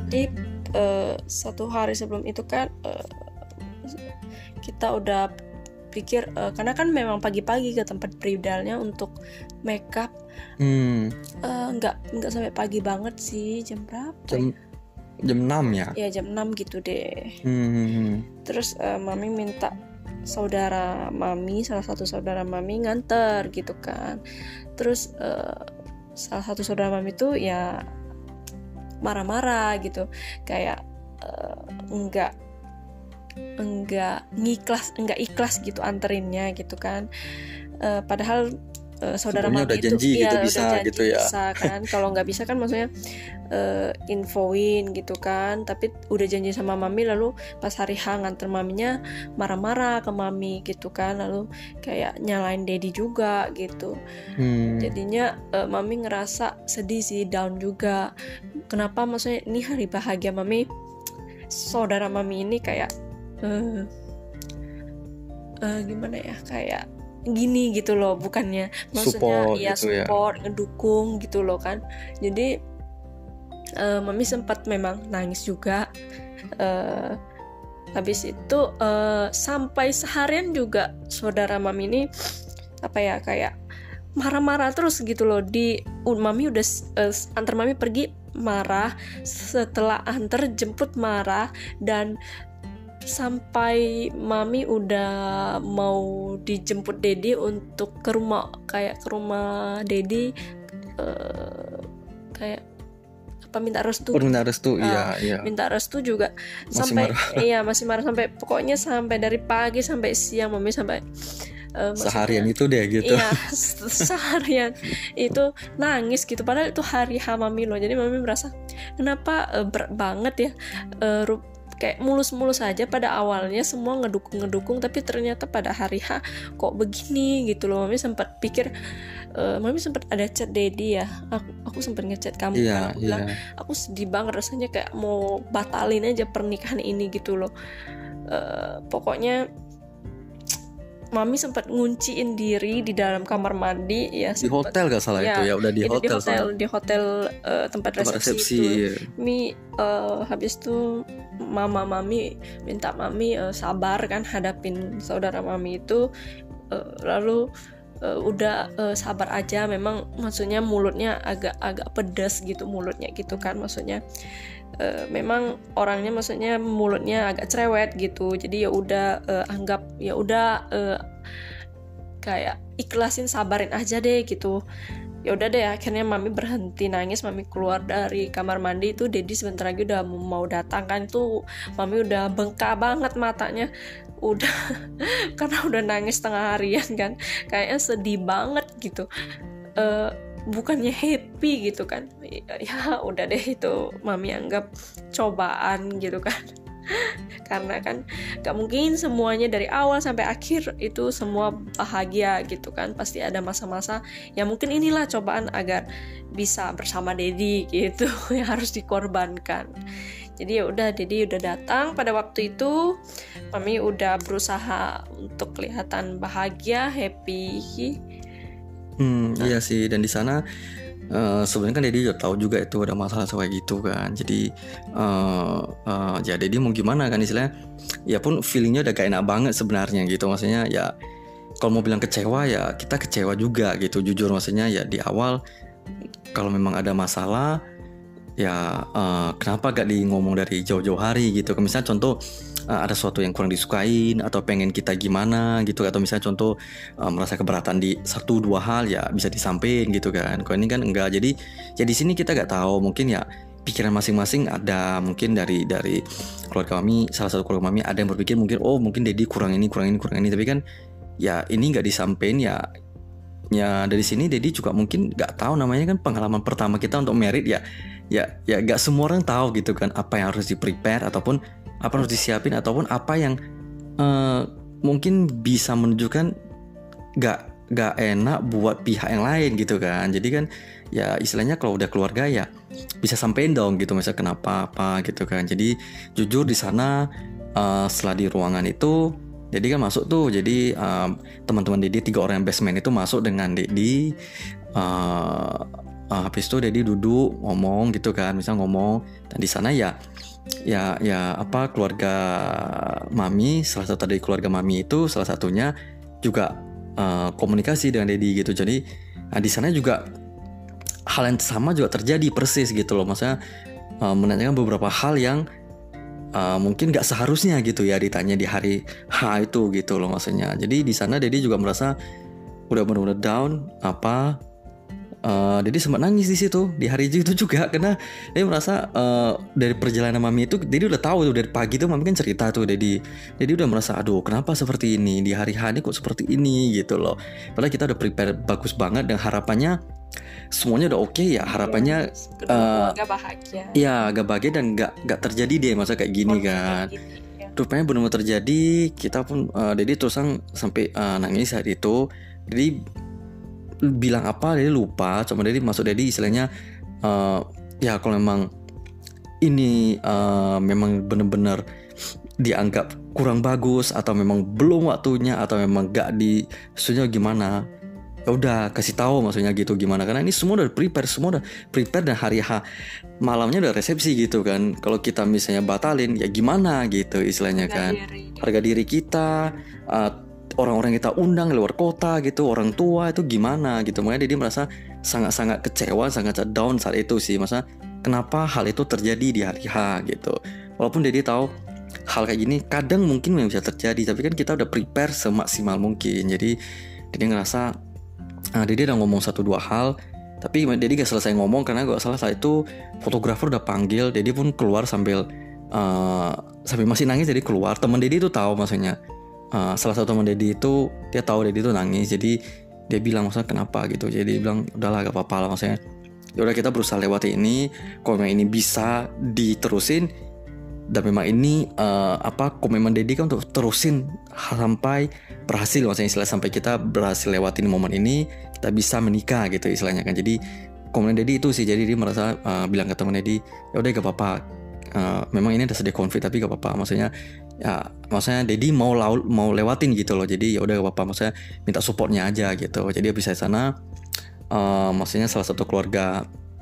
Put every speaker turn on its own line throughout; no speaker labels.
Jadi 1 hari sebelum itu kan kita udah pikir karena kan memang pagi-pagi ke tempat bridalnya untuk makeup. Nggak sampai pagi banget sih, jam berapa
jam 6 ya?
Ya jam 6 gitu deh. Terus mami minta salah satu saudara mami nganter gitu kan. Terus salah satu saudara mami tuh ya marah-marah gitu, kayak enggak ikhlas gitu anterinnya gitu kan. Padahal saudara mami itu
janji
ya
gitu
udah janji
gitu ya.
bisa kan. Kalau nggak bisa kan maksudnya infoin gitu kan. Tapi udah janji sama mami, lalu pas hari H nganter maminya marah-marah ke mami gitu kan, lalu kayak nyalain daddy juga gitu. Jadinya mami ngerasa sedih sih, down juga. Kenapa, maksudnya ini hari bahagia mami, saudara mami ini kayak gimana ya, kayak gini gitu loh, bukannya maksudnya support ngedukung gitu loh kan. Jadi mami sempat memang nangis juga. Habis itu sampai seharian juga saudara mami ini kayak marah-marah terus gitu loh. Mami udah antar mami pergi marah, setelah antar jemput marah, dan sampai mami udah mau dijemput Dedi untuk ke rumah Dedi, kayak minta restu.
Iya.
Minta restu juga masih marah sampai pokoknya sampai dari pagi sampai siang mami sampai
seharian itu deh gitu.
Iya, seharian itu nangis gitu, padahal itu hari H mami loh. Jadi mami merasa kenapa berat banget ya, kayak mulus-mulus aja pada awalnya semua ngedukung, tapi ternyata pada hari H kok begini gitu loh. Mami sempat pikir, mami sempat ada chat Dedi ya, aku sempat ngechat kamu kan, aku bilang aku sedih banget rasanya, kayak mau batalin aja pernikahan ini gitu loh. Pokoknya mami sempat ngunciin diri di dalam kamar mandi ya,
di hotel gak salah ya, itu ya udah di
hotel tempat resepsi itu. Habis itu mami minta mami sabar kan hadapin saudara mami itu, lalu udah sabar aja, memang maksudnya mulutnya agak pedas gitu mulutnya gitu kan, maksudnya memang orangnya maksudnya mulutnya agak cerewet gitu. Jadi ya udah anggap ya udah kayak ikhlasin, sabarin aja deh gitu. Ya udah deh, akhirnya mami berhenti nangis, mami keluar dari kamar mandi itu Dedi sebentar lagi udah mau datang kan. Itu mami udah bengkak banget matanya, udah karena udah nangis setengah harian kan, kayaknya sedih banget gitu. Bukannya happy gitu kan. Ya udah deh, itu mami anggap cobaan gitu kan. Karena kan gak mungkin semuanya dari awal sampai akhir itu semua bahagia gitu kan. Pasti ada masa-masa ya mungkin inilah cobaan agar bisa bersama Dedi gitu yang harus dikorbankan. Jadi ya udah, Dedi udah datang pada waktu itu. Mami udah berusaha untuk kelihatan bahagia, happy.
Iya sih, dan di sana sebenarnya kan Dedi udah tahu juga itu ada masalah kayak gitu kan. Jadi ya Dedi mau gimana kan, istilahnya ya pun feelingnya udah gak enak banget sebenarnya gitu. Maksudnya ya kalau mau bilang kecewa ya kita kecewa juga gitu, jujur. Maksudnya ya di awal kalau memang ada masalah ya kenapa gak di ngomong dari jauh-jauh hari gitu. Misalnya contoh ada sesuatu yang kurang disukain atau pengen kita gimana gitu, atau misalnya contoh merasa keberatan di 1-2 hal ya bisa disampaikan gitu kan. Kalau ini kan enggak, jadi ya di sini kita gak tahu, mungkin ya pikiran masing-masing ada. Mungkin dari keluarga kami, salah satu keluarga kami ada yang berpikir mungkin Dedi kurang ini, tapi kan ya ini gak disampaikan ya dari sini Dedi juga mungkin gak tahu, namanya kan pengalaman pertama kita untuk merit ya gak semua orang tahu gitu kan apa yang harus di-prepare ataupun apa yang harus disiapin, ataupun apa yang mungkin bisa menunjukkan gak enak buat pihak yang lain gitu kan. Jadi kan ya istilahnya kalau udah keluarga ya bisa sampein dong gitu, misalnya kenapa apa gitu kan. Jadi jujur di sana setelah di ruangan itu Dedi kan masuk tuh. Jadi teman-teman Dedi 3 orang yang best man itu masuk dengan Dedi. habis itu Dedi duduk ngomong gitu kan, misal ngomong, dan di sana ya apa, keluarga Mami, salah satu dari keluarga Mami itu salah satunya juga komunikasi dengan Dedi gitu. Jadi di sana juga hal yang sama juga terjadi persis gitu loh, maksudnya menanyakan beberapa hal yang mungkin nggak seharusnya gitu ya ditanya di hari H itu gitu loh maksudnya. Jadi di sana Dedi juga merasa udah benar-benar down apa. Dedi sempat nangis di situ di hari itu juga, karena dia merasa dari perjalanan Mami itu Dedi udah tahu tuh dari pagi tuh Mami kan cerita tuh Dedi udah merasa aduh kenapa seperti ini di hari H ini kok seperti ini gitu loh. Padahal kita udah prepare bagus banget dan harapannya semuanya udah oke ya, harapannya
keluarga bahagia.
Iya, agak bahagia dan nggak terjadi deh masa kayak gini kan. Rupanya benar-benar terjadi. Kita pun Dedi terusan sampai nangis saat itu. Dedi bilang apa Dedi lupa. Cuma Dedi masuk Dedi istilahnya ya kalau memang ini memang benar-benar dianggap kurang bagus atau memang belum waktunya atau memang nggak sebenarnya gimana, ya udah kasih tahu maksudnya gitu gimana, karena ini semua udah prepare dan hari H malamnya udah resepsi gitu kan. Kalau kita misalnya batalin ya gimana gitu istilahnya kan, harga diri kita, orang-orang yang kita undang luar kota gitu, orang tua itu gimana gitu. Makanya dia merasa sangat-sangat kecewa, sangat down saat itu sih, masa kenapa hal itu terjadi di hari H gitu. Walaupun dia tahu hal kayak gini kadang mungkin memang bisa terjadi, tapi kan kita udah prepare semaksimal mungkin. Jadi dia ngerasa Dedi udah ngomong 1-2 hal, tapi Dedi gak selesai ngomong karena gak salah saat itu fotografer udah panggil. Dedi pun keluar sambil masih nangis. Dedi keluar, teman Dedi itu tahu maksudnya, salah satu teman Dedi itu dia tahu Dedi itu nangis. Jadi dia bilang maksudnya kenapa gitu. Jadi dia bilang udahlah gak apa-apa lah maksudnya, ya udah kita berusaha lewati ini. Kalau memang ini bisa diterusin dan memang ini komitmen Dedi kan untuk terusin sampai berhasil, maksudnya istilah sampai kita berhasil lewatin momen ini, kita bisa menikah gitu istilahnya kan. Jadi komitmen Dedi itu sih, jadi dia merasa bilang ke teman Dedi, ya udah gak apa-apa, memang ini ada sedikit konflik tapi gak apa-apa, maksudnya Dedi mau lewatin gitu loh. Jadi ya udah gak apa-apa, maksudnya minta supportnya aja gitu. Jadi habis dari sana maksudnya salah satu keluarga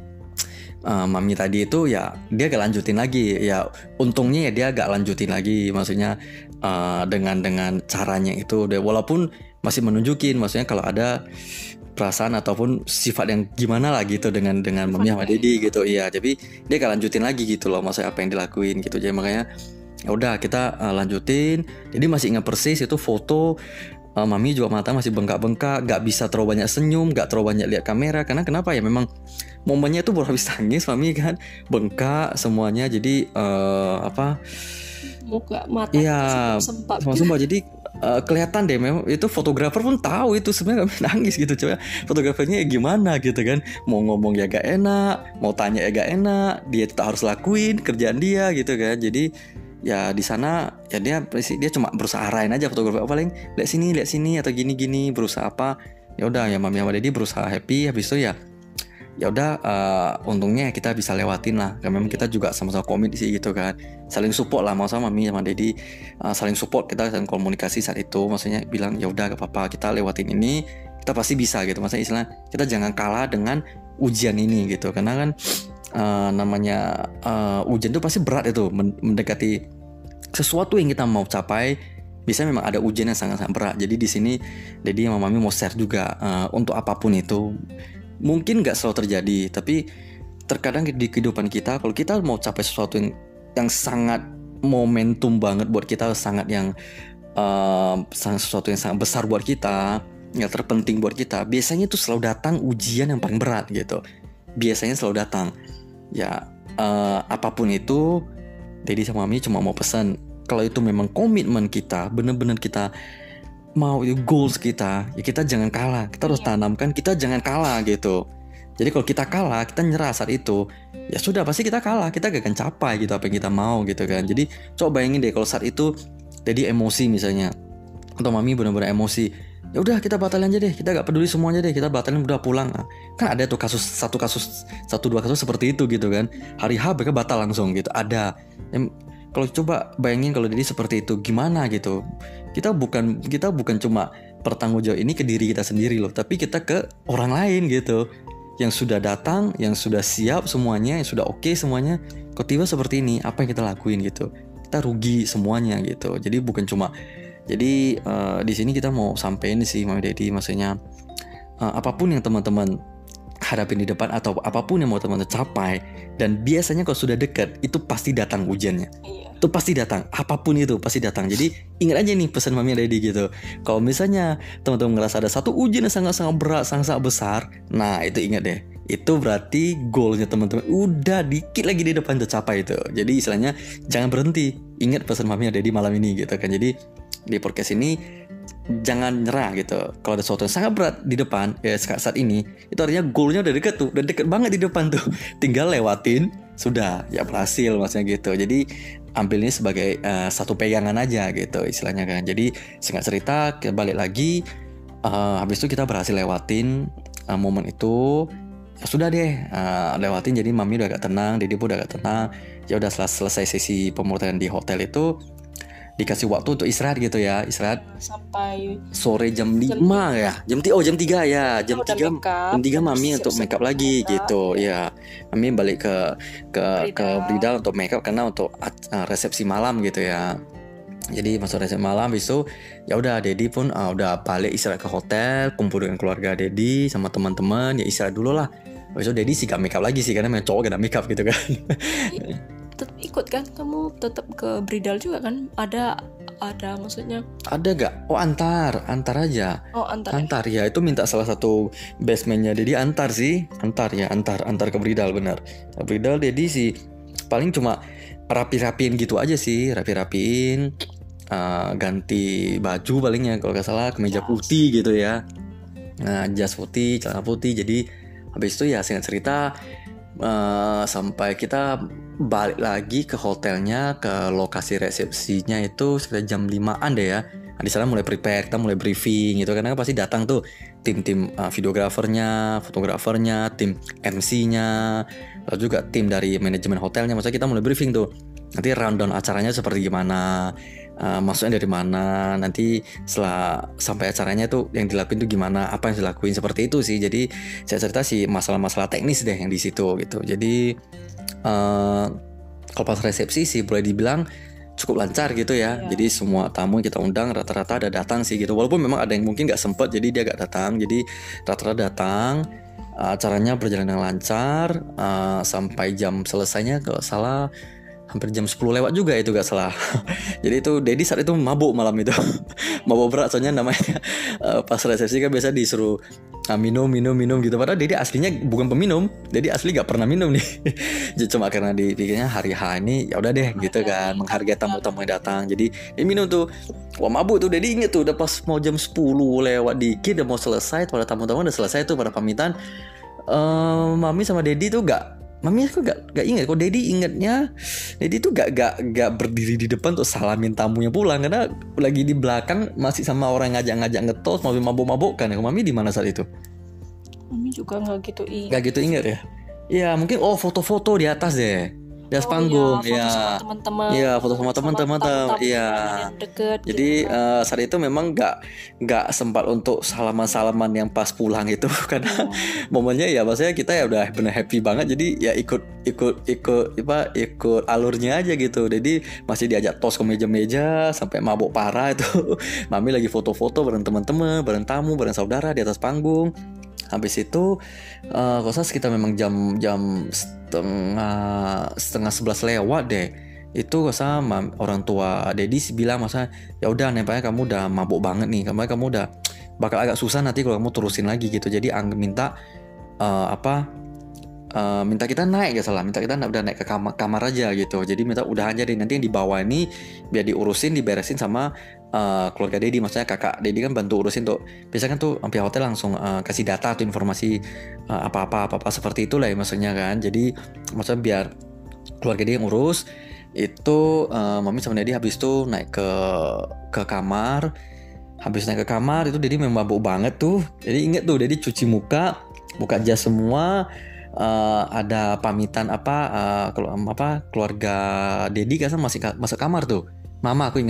Mami tadi itu ya dia gak lanjutin lagi. Ya untungnya ya dia gak lanjutin lagi, maksudnya dengan caranya itu. Walaupun masih menunjukin maksudnya kalau ada perasaan ataupun sifat yang gimana lah gitu dengan Mami sama Dedi gitu. Iya, tapi dia gak lanjutin lagi gitu loh, maksudnya apa yang dilakuin gitu. Jadi makanya ya udah kita lanjutin. Jadi masih ingat persis itu foto. Mami juga mata masih bengkak-bengkak, gak bisa terlalu banyak senyum, gak terlalu banyak lihat kamera. Karena kenapa ya, memang momennya itu baru habis tangis Mami kan, bengkak semuanya. Jadi
muka mata
iya, sempat. Jadi kelihatan deh, memang itu fotografer pun tahu itu sebenarnya gak nangis gitu. Coba fotografernya gimana gitu kan, mau ngomong ya gak enak, mau tanya ya gak enak, dia tetap harus lakuin kerjaan dia gitu kan. Jadi ya di sana ya dia cuma berusaha arahin aja fotografer, paling lihat sini atau gini berusaha apa. Ya udah ya Mami sama Dedi berusaha happy. Habis itu ya udah untungnya kita bisa lewatin lah. Karena memang kita juga sama-sama komit sih gitu kan, saling support lah, maksudnya Mami sama Dedi saling support, kita saling komunikasi saat itu. Maksudnya bilang ya udah gak apa-apa, kita lewatin ini, kita pasti bisa gitu. Maksudnya istilah kita jangan kalah dengan ujian ini gitu. Karena kan namanya ujian itu pasti berat itu, mendekati sesuatu yang kita mau capai. Biasanya memang ada ujian yang sangat-sangat berat. Jadi di sini Dedi sama Mami mau share juga untuk apapun itu. Mungkin gak selalu terjadi, tapi terkadang di kehidupan kita, kalau kita mau capai sesuatu yang sangat momentum banget buat kita, sangat sesuatu yang sangat besar buat kita, yang terpenting buat kita, biasanya itu selalu datang ujian yang paling berat gitu. Biasanya selalu datang. Ya apapun itu, Dedi sama Mami cuma mau pesan, kalau itu memang komitmen kita, benar-benar kita mau itu goals kita, ya kita jangan kalah. Kita harus tanamkan, kita jangan kalah gitu. Jadi kalau kita kalah, kita nyerah saat itu, ya sudah pasti kita kalah, kita gak akan capai gitu apa yang kita mau gitu kan. Jadi coba bayangin deh kalau saat itu Dedi emosi misalnya, atau Mami benar-benar emosi, ya udah kita batalin aja deh, kita gak peduli semuanya deh, kita batalin udah pulang. Kan ada tuh satu dua kasus seperti itu gitu kan. Hari H mereka batal langsung gitu, ada. Kalau coba bayangin kalau Dedi seperti itu gimana gitu. Kita bukan cuma bertanggung jawab ini ke diri kita sendiri loh, tapi kita ke orang lain gitu. yang sudah datang, yang sudah siap semuanya, yang sudah oke semuanya, kok tiba seperti ini, apa yang kita lakuin gitu? Kita rugi semuanya gitu. Jadi bukan cuma, jadi di sini kita mau sampein sih Mami Daddy, maksudnya apapun yang teman-teman hadapin di depan atau apapun yang mau teman-teman capai, dan biasanya kalau sudah dekat itu pasti datang ujiannya. Itu pasti datang, apapun itu pasti datang. Jadi ingat aja nih pesan Mami Daddy gitu. Kalau misalnya teman-teman ngerasa ada satu ujian yang sangat-sangat berat, sangat-sangat besar, nah itu ingat deh, itu berarti goalnya teman-teman udah dikit lagi di depan tercapai itu. Jadi istilahnya jangan berhenti. Ingat pesan Mami Daddy malam ini gitu kan. Jadi di podcast ini jangan nyerah gitu. Kalau ada sesuatu yang sangat berat di depan ya saat ini, itu artinya goalnya udah deket tuh, udah deket banget di depan tuh. Tinggal lewatin, sudah ya berhasil maksudnya gitu. Jadi ambil ini sebagai satu pegangan aja gitu istilahnya kan. Jadi singkat cerita kita balik lagi, habis itu kita berhasil lewatin momen itu. Ya sudah deh, lewatin. Jadi Mami udah agak tenang, Daddy pun udah agak tenang. Ya udah selesai sesi pemotretan di hotel itu, dikasih waktu untuk istirahat gitu ya, istirahat
sampai
sore jam 5 ya. Jam 3 ya. Jam 3 Mami untuk make up lagi gitu ya. Mami balik ke Bridal untuk make up karena untuk resepsi malam gitu ya. Jadi masuk resepsi malam, habis itu ya udah Daddy pun udah balik istirahat ke hotel, kumpul dengan keluarga Daddy sama teman-teman, ya istirahat dulu lah. Habis itu Daddy sih gak make up lagi sih, karena memang cowok gak make up gitu kan.
Tetap ikut kan, kamu tetap ke Bridal juga kan? Ada maksudnya?
Ada gak? Oh antar aja.
Oh antar
ya, itu minta salah satu bestmannya Daddy antar sih, antar ke Bridal, benar. Bridal Daddy sih paling cuma rapi-rapiin gitu aja sih, rapi-rapiin, ganti baju palingnya kalau gak salah, kemeja putih gitu ya, jas putih, celana putih. Jadi habis itu ya singkat cerita sampai kita balik lagi ke hotelnya, ke lokasi resepsinya itu sekitar jam 5-an deh ya. Nah, di sana mulai prepare, kita mulai briefing gitu, karena pasti datang tuh tim videografernya, fotografernya, tim MC-nya, lalu juga tim dari manajemen hotelnya. Maksudnya kita mulai briefing tuh, nanti rundown acaranya seperti gimana, masuknya dari mana, nanti setelah sampai acaranya tuh yang dilakuin tuh gimana, apa yang dilakuin, seperti itu sih. Jadi saya cerita sih masalah-masalah teknis deh yang di situ gitu. Jadi kalau pas resepsi sih boleh dibilang cukup lancar gitu ya. Jadi semua tamu yang kita undang rata-rata ada datang sih gitu. Walaupun memang ada yang mungkin nggak sempet, jadi dia nggak datang. Jadi rata-rata datang. Acaranya berjalan dengan lancar sampai jam selesainya kalau salah hampir jam 10 lewat juga itu gak salah. Jadi itu Daddy saat itu mabuk malam itu. Mabuk berat soalnya namanya. Pas resepsi kan biasa disuruh minum gitu. Padahal Daddy aslinya bukan peminum. Daddy asli gak pernah minum nih. Cuma karena dipikirnya hari H ini ya udah deh gitu kan, menghargai tamu-tamu yang datang. Jadi dia minum tuh. Wah mabuk tuh, Daddy inget tuh udah pas mau jam 10 lewat dikit udah mau selesai, pada tamu-tamu udah selesai tuh pada pamitan. Mami sama Daddy tuh Mami aku gak ingat. Kok Daddy ingetnya Daddy tuh gak berdiri di depan untuk salamin tamunya pulang, karena lagi di belakang masih sama orang yang ngajak ngetos, mau mabuk-mabuk kan. Mami di mana saat itu?
Mami juga gak gitu
ingat ya. Ya mungkin foto-foto di atas deh, di atas panggung ya. Foto sama teman-teman ya. Jadi saat itu memang nggak sempat untuk salaman yang pas pulang itu karena momennya ya maksudnya kita ya udah benar happy banget, jadi ya ikut alurnya aja gitu. Jadi masih diajak tos ke meja-meja sampai mabuk parah itu. Mami lagi foto-foto bareng teman-teman, bareng tamu, bareng saudara di atas panggung. Habis itu kalau saya sekitar memang jam setengah 11 lewat deh. Itu sama orang tua Daddy sih bilang, masa ya udah nampaknya kamu udah mabuk banget nih, kamu udah bakal agak susah nanti kalau kamu terusin lagi gitu. Jadi minta minta kita naik minta kita udah naik ke kamar aja gitu. Jadi minta udah aja deh, nanti yang di bawah ini biar diberesin sama keluarga Daddy, maksudnya kakak Daddy kan bantu urusin tuh. Biasanya kan tuh pihak hotel langsung kasih data atau informasi apa seperti itulah ya maksudnya kan. Jadi maksudnya biar keluarga Daddy yang urus itu. Mami sama Daddy habis itu naik ke kamar. Habis naik ke kamar itu Daddy memang mabuk banget tuh. Jadi inget tuh Daddy cuci muka, buka jas semua. Ada pamitan keluarga Daddy kan masih masuk kamar tuh. Mama aku ingat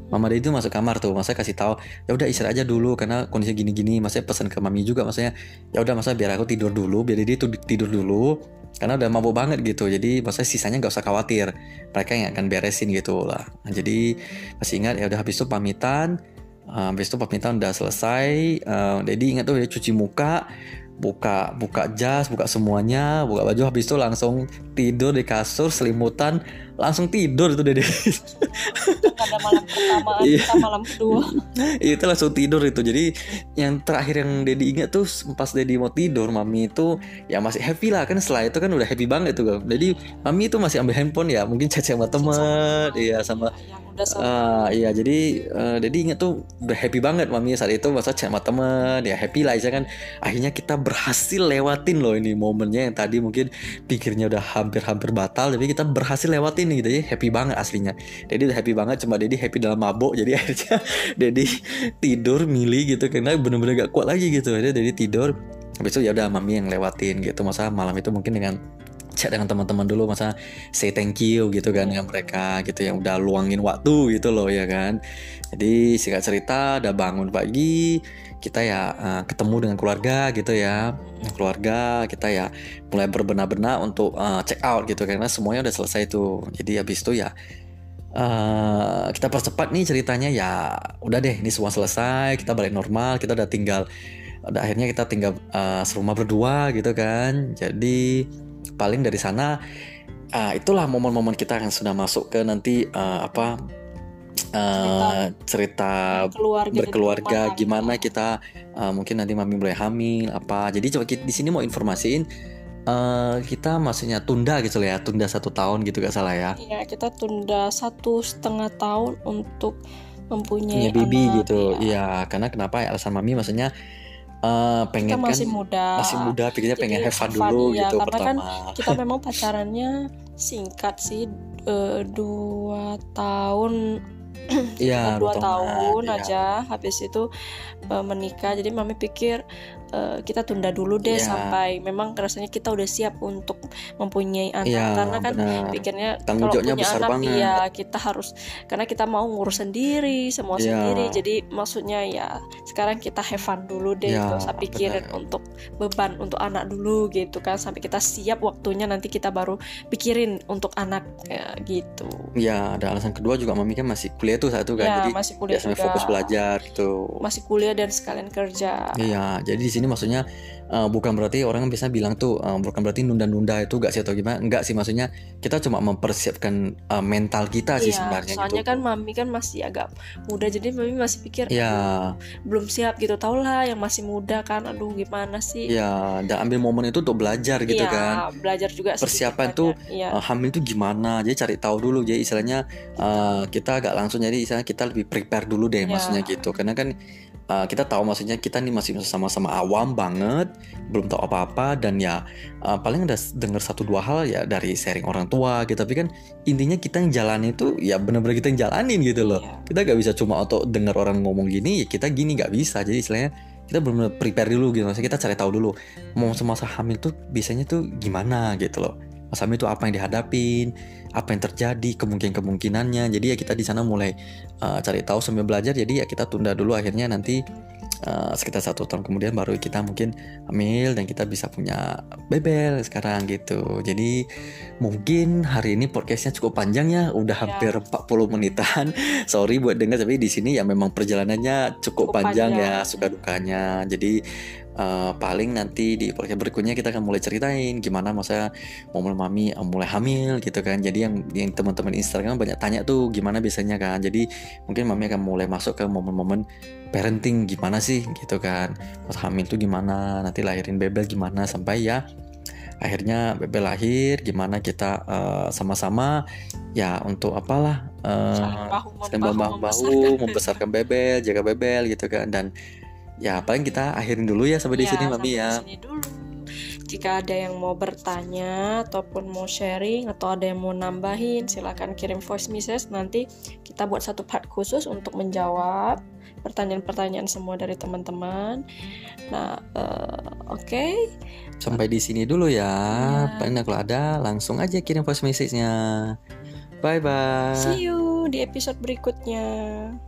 Mama Dedi itu masuk kamar tuh, maksudnya kasih tahu ya udah istirahat aja dulu karena kondisi gini-gini, maksudnya pesan ke mami juga, maksudnya ya udah maksudnya biar aku tidur dulu, biar Dedi tuh tidur dulu karena udah mabuk banget gitu, jadi maksudnya sisanya nggak usah khawatir, mereka yang akan beresin gitu lah. Nah, jadi masih ingat ya udah habis itu pamitan udah selesai, Dedi ingat tuh dia cuci muka, buka jas, buka semuanya, buka baju, habis itu langsung tidur di kasur selimutan, langsung tidur itu Dede.
Ada malam pertama, kita malam kedua.
Itu langsung tidur itu. Jadi yang terakhir yang Dedi ingat tuh pas Dedi mau tidur, mami itu ya masih happy lah kan, setelah itu kan udah happy banget tuh. Jadi mami itu masih ambil handphone ya, mungkin chat sama teman, iya sama. Iya jadi Dedi ingat tuh udah happy banget mami saat itu, masa chat sama teman ya, happy lah aja kan. Akhirnya kita berhasil lewatin loh ini momennya yang tadi mungkin pikirnya udah hampir batal, tapi kita berhasil lewatin gitu ya, happy banget aslinya. Dedi udah happy banget, cuma Dedi happy dalam mabuk, jadi akhirnya Dedi tidur milih gitu karena bener-bener gak kuat lagi gitu. Jadi Dedi tidur, habis itu ya udah mami yang lewatin gitu. Masa malam itu mungkin dengan chat dengan teman-teman dulu, masa say thank you gitu kan dengan mereka gitu yang udah luangin waktu gitu loh ya kan. Jadi singkat cerita udah bangun pagi, kita ya ketemu dengan keluarga gitu ya. Keluarga kita ya mulai berbenah-benah untuk check out gitu karena semuanya udah selesai tuh. Jadi habis itu ya kita percepat nih ceritanya, ya udah deh ini semua selesai, kita balik normal, kita akhirnya kita tinggal serumah berdua gitu kan. Jadi paling dari sana itulah momen-momen kita yang sudah masuk ke nanti cerita berkeluarga, gimana kita mungkin nanti mami mulai hamil apa. Jadi coba di sini mau informasiin kita maksudnya tunda gitu ya, tunda 1 tahun gitu gak salah ya.
Iya, kita tunda 1,5 tahun untuk mempunyai
baby
anak,
gitu. Iya, karena kenapa ya, alasan mami maksudnya pengen
kita masih muda,
pikirnya pengen have fun dulu
ya,
gitu
karena
pertama.
Kan kita memang pacarannya singkat sih, 2 tahun.
Iya,
2 tahun
iya.
aja, habis itu menikah. Jadi mami pikir kita tunda dulu deh sampai memang rasanya kita udah siap untuk mempunyai anak, karena kan pikirnya kalau punya anak banget. Ya kita harus, karena kita mau ngurus sendiri semua sendiri. Jadi maksudnya ya sekarang kita have fun dulu deh, gak usah pikirin untuk beban untuk anak dulu gitu kan, sampai kita siap waktunya nanti kita baru pikirin untuk anak ya, gitu.
Ya ada alasan kedua juga, mami kan masih kuliah tuh satu kan,
ya,
jadi
masih kuliah
sampai fokus belajar gitu.
Masih kuliah dan sekalian kerja.
Iya, jadi di sini maksudnya bukan berarti orang bisa bilang tuh bukan berarti nunda-nunda itu gak sih atau gimana, enggak sih, maksudnya kita cuma mempersiapkan mental kita sih sebenarnya.
Soalnya gitu kan mami kan masih agak muda, jadi mami masih pikir belum siap gitu, tau lah yang masih muda kan, aduh gimana sih.
Ya, dan ambil momen itu untuk belajar gitu kan.
Belajar juga
persiapan tuh hamil tuh gimana, jadi cari tahu dulu, jadi istilahnya kita agak langsung, jadi istilahnya kita lebih prepare dulu deh maksudnya gitu, karena kan kita tahu maksudnya kita nih masih sama-sama awam banget, belum tahu apa-apa, dan ya paling ada dengar 1-2 hal ya dari sharing orang tua gitu, tapi kan intinya kita yang jalani itu ya benar-benar kita yang jalanin gitu loh. Kita gak bisa cuma untuk dengar orang ngomong gini ya kita gini, gak bisa. Jadi istilahnya kita benar-benar prepare dulu gitu, maksudnya kita cari tahu dulu mau semasa hamil tuh biasanya tuh gimana gitu loh. Mas hamil itu apa yang dihadapin, apa yang terjadi, kemungkinannya. Jadi ya kita di sana mulai cari tahu sambil belajar. Jadi ya kita tunda dulu, akhirnya nanti sekitar 1 tahun kemudian baru kita mungkin hamil dan kita bisa punya bebel sekarang gitu. Jadi mungkin hari ini podcastnya cukup panjang ya, udah hampir 40 menitan. Sorry buat dengar, tapi di sini ya memang perjalanannya cukup panjang ya, suka dukanya. Jadi paling nanti di podcast berikutnya kita akan mulai ceritain gimana masa momen mami mulai hamil gitu kan. Jadi yang teman-teman Instagram banyak tanya tuh gimana biasanya kan. Jadi mungkin mami akan mulai masuk ke momen-momen parenting gimana sih gitu kan. Pas hamil tuh gimana, nanti lahirin bebel gimana, sampai ya akhirnya bebel lahir gimana kita sama-sama ya untuk apalah saling bahu-membahu membesarkan bebel, jaga bebel gitu kan. Dan ya paling kita akhirin dulu ya sampai di sini mami ya.
Sini dulu. Jika ada yang mau bertanya ataupun mau sharing atau ada yang mau nambahin, silakan kirim voice message, nanti kita buat 1 part khusus untuk menjawab pertanyaan-pertanyaan semua dari teman-teman. Nah, oke.
Sampai di sini dulu ya. Paling kalau ada langsung aja kirim voice message-nya. Bye bye.
See you. di episode berikutnya.